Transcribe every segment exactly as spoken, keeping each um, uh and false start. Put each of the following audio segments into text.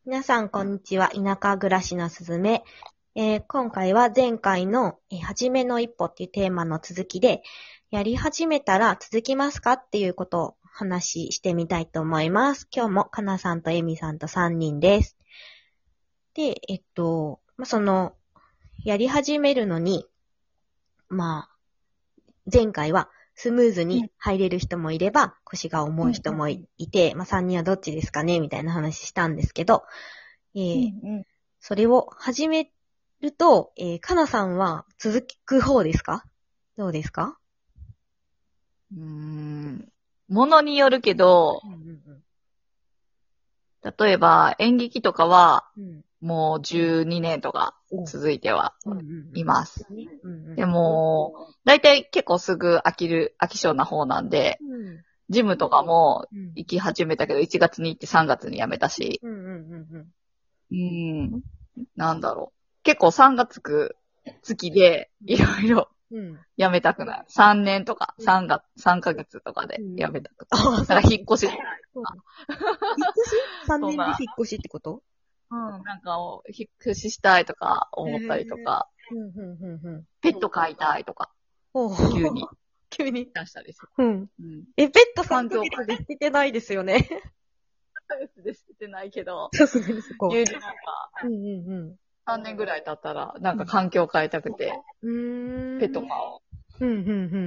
皆さん、こんにちは。田舎暮らしのすずめ。えー今回は前回の、えー、初めの一歩っていうテーマの続きで、やり始めたら続きますかっていうことを話してみたいと思います。今日もかなさんとえみさんとさんにんです。で、えっと、まあ、その、やり始めるのに、まあ、前回はスムーズに入れる人もいれば、腰が重い人もいて、まあさんにんはどっちですかねみたいな話したんですけど、えーうんうん、 それを始めると、えー、かなさんは続く方ですか？どうですか？ うーん。ものによるけど、 うんうん例えば演劇とかはうん。 もうじゅうにねんとか続いてはうんうんうん。 います。 うんうん。 でも、だいたい結構すぐ飽きる、飽き性な方なんで、 うんジムとかもうん行き始めたけどいちがつに行ってさんがつに辞めたし、 うんうんうん。 うーん。なんだろう。結構さんがつく月でいろいろうん。 辞めたくない。さんねんとかさんがつ、さんかげつとかで辞めたくない。 ああ、そう。 なんか引っ越ししたいとそうか。 引っ越し ?さん 年でそんな、 引っ越しってこと？ うん、なんかを引っ越ししたいとかへ思ったりとか、 うんうんうんうん。 ペット飼いたいとか、 おう急に急に。 出したりする。 うん。 うん。 え、ペット3 環境ヶ月で捨ててないですよね。 ヶ月で捨ててないけど、 さすがにそこ。 急になんかうんうんうん。 さんねんぐらい経ったら、なんか環境変えたくて、 うーん。 ペット飼おうん、うん、うん、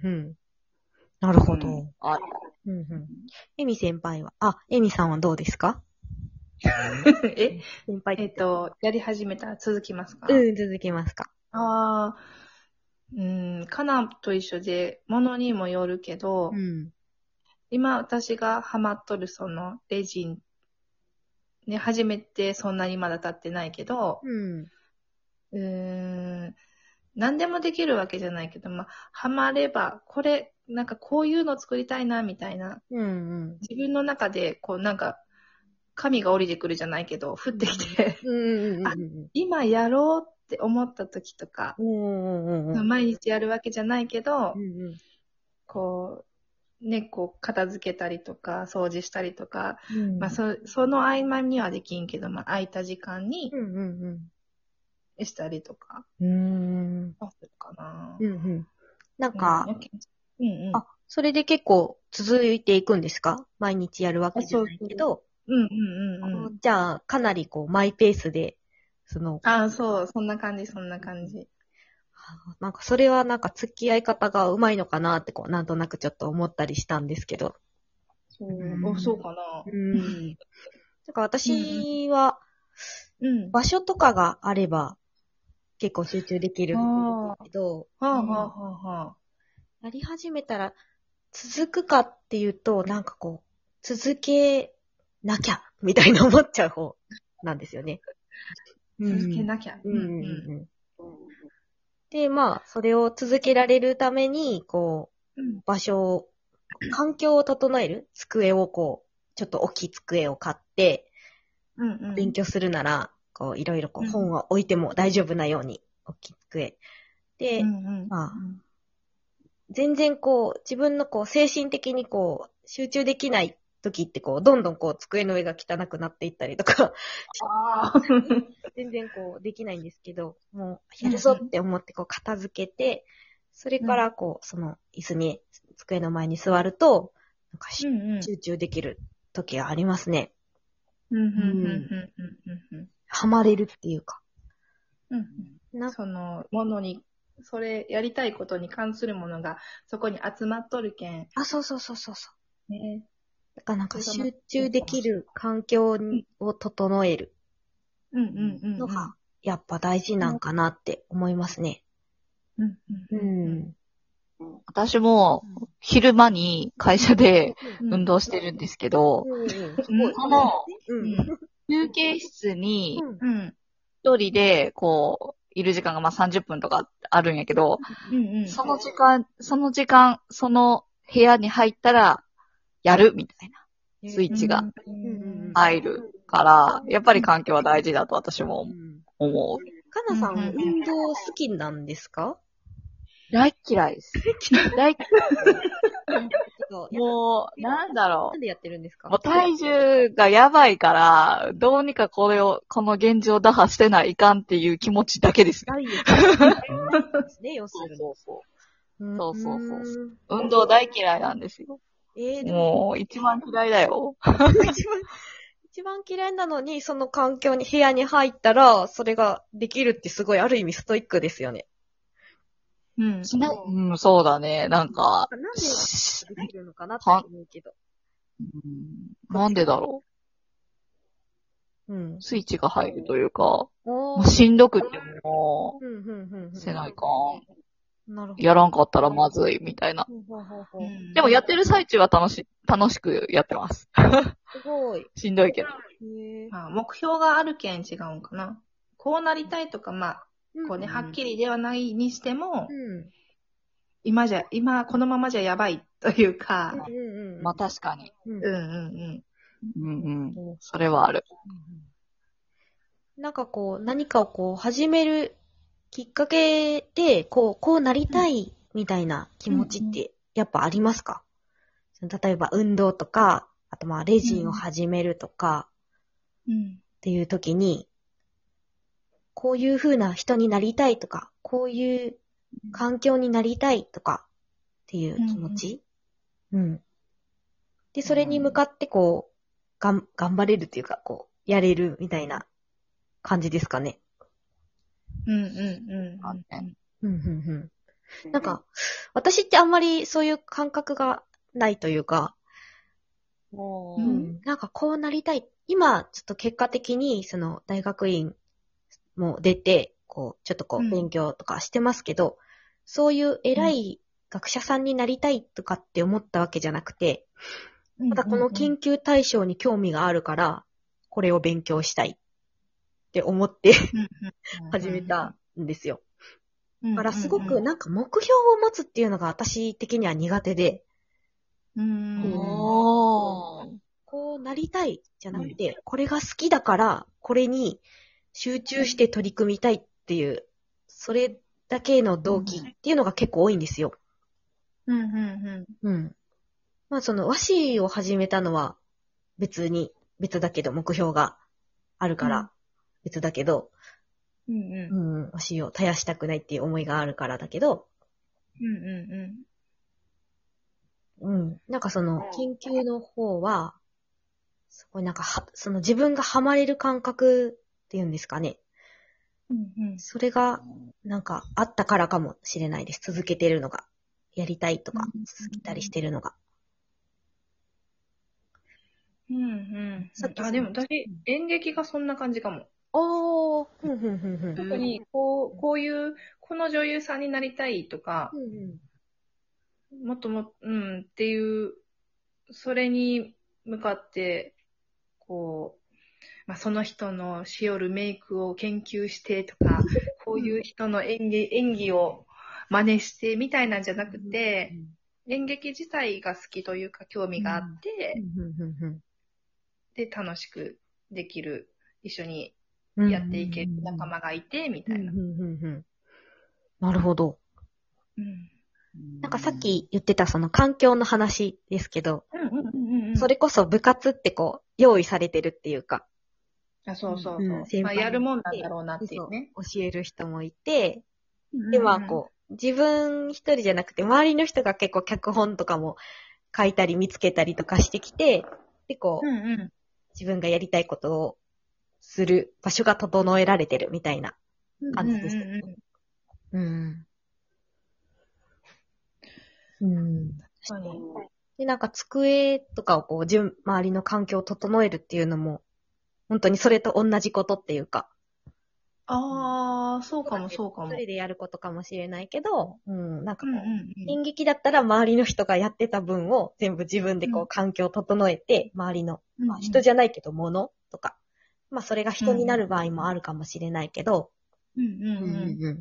うん。なるう。 ほど。 うん。あ、 うん、うん。エミ先輩は、あ、エミさんはどうですか？ え、 先輩って。 えっと、やり始めたら続きますか？ うん、続きますか？ ああ、うん、カナと一緒で、ものにもよるけど、 ん。 今私がハマっとるそのレジン、ね、始めてそんなにまだ経ってないけど、 うん。 うーん、何でもできるわけじゃないけど、まあ、ハマれば、これ、なんかこういうの作りたいな、みたいな、 うん、うん。 自分の中で、こうなんか、神が降りてくるじゃないけど、降ってきて、 うん、うん、 あ、 うん。 今やろうって思った時とか、 うん、うん、うん。 毎日やるわけじゃないけど、 うん、 こう、ね、こう、片付けたりとか、掃除したりとか、 うん。 まあ、そ、その合間にはできんけど、まあ、空いた時間にうん、うん、 したりとか、 うん。うん。 あするかな。 うん、うん。なんうん、 か、 うんうん。 あ、それで結構続いていくんですか？毎日やるわけあ、 じゃそうそう。 ないけど、 うんうんうんうん。 じゃあ、かなりこう、マイペースで、その、 あ、そう、そんな感じ、そんな感じ。 なんかそれはなんか付き合い方がうまいのかなってこう、なんとなくちょっと思ったりしたんですけど。 そう、 うんあ、そうかな。 うん。だからうんうん。 私はうん。 場所とかがあれば結構集中できるんあですけど、 あ、はあはあはあはあ。 やり始めたら続くかっていうと、なんかこう、続けなきゃみたいな思っちゃう方なんですよね。 続けなきゃ。 ううんんうんううん。で、まあ、それを続けられるために、こう、 ん。うん。 場所を、環境を整える机をこう、ちょっと大きい机を買って、 うんうん。 勉強するなら、こう、いろいろこう、 うん本を置いても大丈夫なように、大きい机。で、 うんうん。 まあ、全然こう、自分のこう、精神的にこう、集中できない時ってこう、どんどんこう、机の上が汚くなっていったりとか、 ああ。 全然こう、できないんですけど、もう、やるぞって思ってこう、片付けて、それからこう、その、椅子に、机の前に座ると、なんかしうんうん。 集中できる時がありますね。 うんうんうんうんうんうんハマれるっていうか。 うんうん。 なそのものに、それやりたいことに関するものがそこに集まっとるけん。 あ、そうそうそうそうそう。 ね。 だからなんかそれがま集中できる環境を整えるうんうんうんうん。 のが、やっぱ大事なんかなって思いますね。 うんううんうんん。 私も昼間に会社でうん。 運動してるんですけど、 うん。すごいそのうん。 休憩室にうん。 うん一人でこう、いる時間がまあさんじゅっぷんとかあるんやけど、 うんうん。 その時間、その時間、その部屋に入ったら、やるみたいなスイッチがうん入るから、やっぱり環境は大事だと私もうん思う。 かなさん、 うんうんうん運動好きなんですか？ 大嫌いです。大嫌い。 そう。 もう、なんだろなんでやってるんですか？ う。もう体重がやばいから、どうにかこれを、この現状打破してないかんっていう気持ちだけですね。 ダイエットですね、要するに。 そうそううんそうそうそうそうう。 運動大嫌いなんですよ。 えー、でも、 もう、一番嫌いだよ。 一番、一番嫌いなのに、その環境に、部屋に入ったら、それができるってすごい、ある意味ストイックですよね。 うん。 しないうん、そうだね。なんか、 なんでしできるのかなっては思うけど。 うんなんでだろうんう。。スイッチが入るというか、 おー。 もうしんどくっても、 うん、うん、うん。うんせないかん。 なるほど。 やらんかったらまずい、みたいな。 ほうほうほうほう。 でもやってる最中は楽し、楽しくやってます。 すごい。 しんどいけど。 へえ。 まあ、目標があるけん違うんかな。こうなりたいとか、まあ、こうね、 うんはっきりではないにしても、 うん。 今じゃ、今このままじゃやばいというか、 うんうんうん。 まあ確かに。 うんうんうんうんうん。それはある。 なんかこう、何かをこう、始めるきっかけで、こう、こうなりたいみたいな気持ちって、やっぱありますか？例えば運動とか、あとまあ、レジンを始めるとかうん。うん。 っていう時に、こういう風な人になりたいとか、こういう環境になりたいとかっていう気持ち、うん。で、それに向かってこう、がん、頑張れるっていうか、こう、やれるみたいな感じですかね。 うんうんうんあねうん、うん、うん。なんか、私ってあんまりそういう感覚がないというか、 ううんん、なんかこうなりたい。今、ちょっと結果的に、その、大学院も出て、こう、ちょっとこう、 うん勉強とかしてますけど、そういう偉い学者さんになりたいとかって思ったわけじゃなくて、 うん。 ただこの研究対象に興味があるから、これを勉強したいって思って始めたんですよ。 うん。 だからすごくなんか目標を持つっていうのが私的には苦手で、 うん。 うんおー。 こうなりたいじゃなくて、これが好きだから、これに集中して取り組みたいっていう、それだけの動機っていうのが結構多いんですよ。 うんうんうん。まあその和紙を始めたのは別に、別だけど、目標があるかうんら別だけど、 うん。うんうん。 うん、和紙を絶やしたくないっていう思いがあるからだけど、 うんうんうん。なんかその研究の方は、すごいなんかは、その自分がハマれる感覚っていうんですかね。 うんうん。 それが、なんか、あったからかもしれないです。続けてるのが。やりたいとかうん、 続けたりしてるのが。 うんうん。 さっきあ、でも私、演劇がそんな感じかも。 おー、ふんふんふんふん。 特に、こう、こういう、この女優さんになりたいとかう、んもっとも、うんっていう、それに向かって、こう、まあ、その人のしよるメイクを研究してとか、こういう人の演技、演技を真似してみたいなんじゃなくて、演劇自体が好きというか興味があって、 ふんふんふんで、楽しくできる、一緒にふん。 やっていける仲間がいて、みたいな。 うんふんふんふん。なるほど。 うん。 なんかさっき言ってたその環境の話ですけど、 うんうんうんうん。 それこそ部活ってこう、用意されてるっていうか、 あ、そうそうそう。 うん先まあ、 輩やるもんなんだろうなっていうね。 そう教える人もいて、 うんで、まあこう、自分一人じゃなくて、周りの人が結構脚本とかも書いたり見つけたりとかしてきて、で、こう、 うんうん。 自分がやりたいことをする場所が整えられてるみたいな感じです。 うんうんうんうん。うん。 確かに。 で、なんか机とかをこう、自分、周りの環境を整えるっていうのも、本当にそれと同じことっていうか、 ああ、そうかもそうかも。 一人でやることかもしれないけど、うん、なんかこう、 うんうん演劇だったら周りの人がやってた分を全部自分でこうう環境を整えて、周りの、 うん。 まあ、人じゃないけど物とか、まあそれが人になる場合もあるかもしれないけど、 うんうんうん。 うん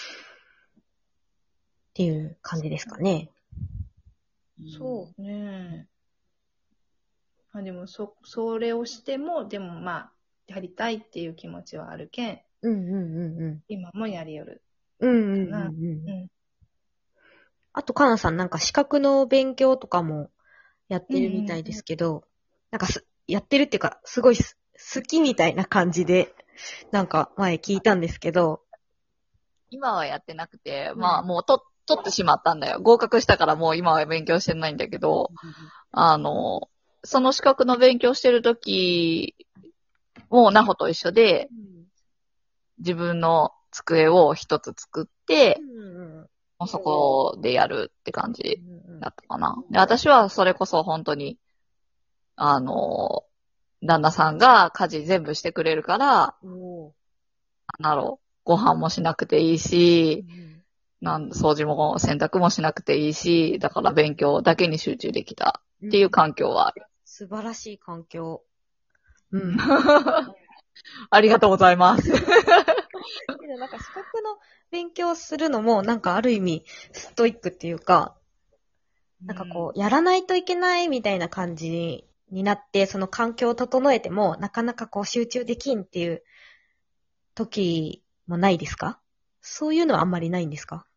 っていう感じですかね。 そうね。あ、でも、そ、それをしても、でもまあ、やりたいっていう気持ちはあるけん、 うんうんうんうん。 今もやりよる。 うんうんうんかなうん。 うん。 あと、かなさんなんか資格の勉強とかもやってるみたいですけど、なんかす、やってるっていうか、すごいす好きみたいな感じで、なんか前聞いたんですけど、 今はやってなくて、 うんまあもうと、取ってしまったんだよ。合格したからもう今は勉強してないんだけど、あの、その資格の勉強してるときもナホと一緒で、自分の机を一つ作って、もうそこでやるって感じだったかな。で、私はそれこそ本当に、あの、旦那さんが家事全部してくれるから、なんだろう、ご飯もしなくていいし、なん掃除も洗濯もしなくていいし、だから勉強だけに集中できたっていう環境はある。 素晴らしい環境。うん。 ありがとうございます。 けどなんか資格の勉強するのもなんかある意味ストイックっていうか、なんかこう、やらないといけないみたいな感じになって、その環境を整えても、なかなかこう集中できんっていう時もないですか？そういうのはあんまりないんですか？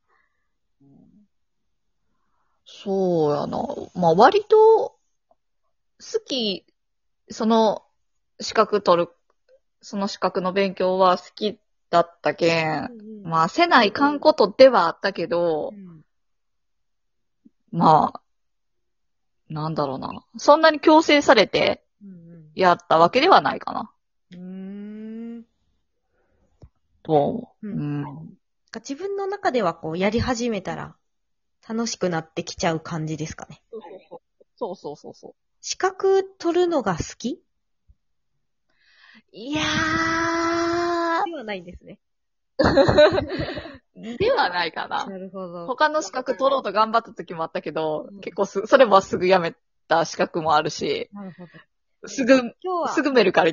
そうやな。まあ割と好き、その資格取る、その資格の勉強は好きだったけん、まあせないかんことではあったけど、まあ、なんだろうな。そんなに強制されてやったわけではないかな。 うーん。 と思う。 ううんん。 自分の中ではこう、やり始めたら楽しくなってきちゃう感じですかね。 そうそうそうそう。 資格取るのが好きいやではないんですね。 ー、ではないかな。 なるほど。 他の資格取ろうと頑張った時もあったけど、 うん結構す、それもすぐやめた資格もあるし、 なるほど。 すぐ、 今日はすぐメルカリ